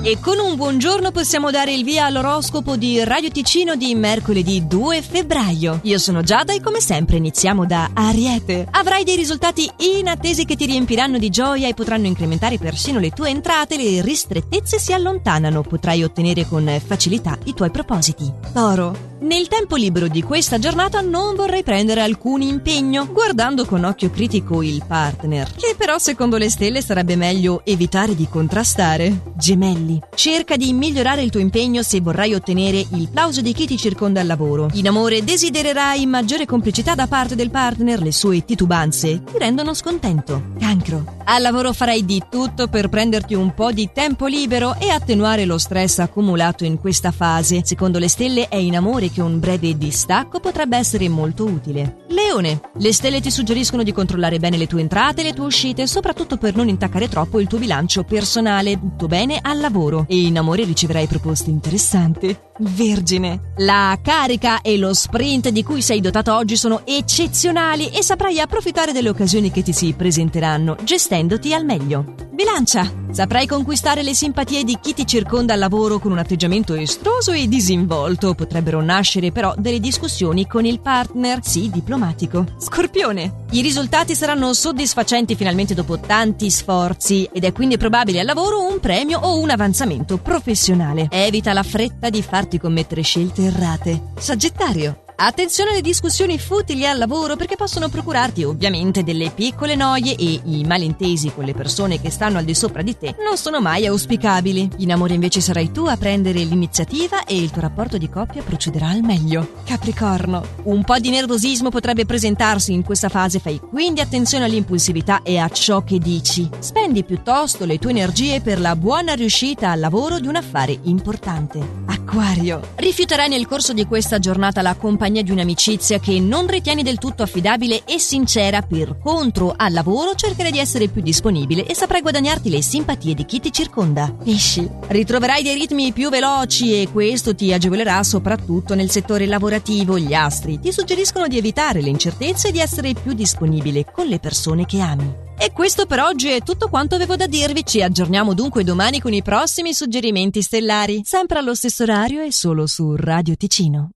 E con un buongiorno possiamo dare il via all'oroscopo di Radio Ticino di mercoledì 2 febbraio. Io sono Giada e come sempre iniziamo da Ariete. Avrai dei risultati inattesi che ti riempiranno di gioia e potranno incrementare persino le tue entrate. Le ristrettezze si allontanano, potrai ottenere con facilità i tuoi propositi. Toro. Nel tempo libero di questa giornata non vorrei prendere alcun impegno, guardando con occhio critico il partner, che però secondo le stelle sarebbe meglio evitare di contrastare. Gemelli. Cerca di migliorare il tuo impegno se vorrai ottenere il plauso di chi ti circonda al lavoro. In amore desidererai maggiore complicità da parte del partner, le sue titubanze ti rendono scontento. Cancro. Al lavoro farai di tutto per prenderti un po' di tempo libero e attenuare lo stress accumulato in questa fase. Secondo le stelle è in amore che un breve distacco potrebbe essere molto utile. Leone. Le stelle ti suggeriscono di controllare bene le tue entrate e le tue uscite, soprattutto per non intaccare troppo il tuo bilancio personale. Tutto bene al lavoro e in amore riceverai proposte interessanti. Vergine. La carica e lo sprint di cui sei dotato oggi sono eccezionali e saprai approfittare delle occasioni che ti si presenteranno, gestendoti al meglio. Bilancia. Saprai conquistare le simpatie di chi ti circonda al lavoro con un atteggiamento estroso e disinvolto. Potrebbero nascere però delle discussioni con il partner, sì, diplomatico. Scorpione. I risultati saranno soddisfacenti finalmente dopo tanti sforzi ed è quindi probabile al lavoro un premio o un avanzamento professionale. Evita la fretta di farti commettere scelte errate. Sagittario. Attenzione alle discussioni futili al lavoro perché possono procurarti ovviamente delle piccole noie e i malintesi con le persone che stanno al di sopra di te non sono mai auspicabili. In amore invece sarai tu a prendere l'iniziativa e il tuo rapporto di coppia procederà al meglio. Capricorno. Un po' di nervosismo potrebbe presentarsi in questa fase, fai quindi attenzione all'impulsività e a ciò che dici. Spendi piuttosto le tue energie per la buona riuscita al lavoro di un affare importante. Acquario. Rifiuterai nel corso di questa giornata la compagnia di un'amicizia che non ritieni del tutto affidabile e sincera. Per contro, al lavoro cercherai di essere più disponibile e saprai guadagnarti le simpatie di chi ti circonda. Pesci. Ritroverai dei ritmi più veloci e questo ti agevolerà soprattutto nel settore lavorativo. Gli astri ti suggeriscono di evitare le incertezze e di essere più disponibile con le persone che ami. E questo per oggi è tutto quanto avevo da dirvi. Ci aggiorniamo dunque domani con i prossimi suggerimenti stellari, sempre allo stesso orario e solo su Radio Ticino.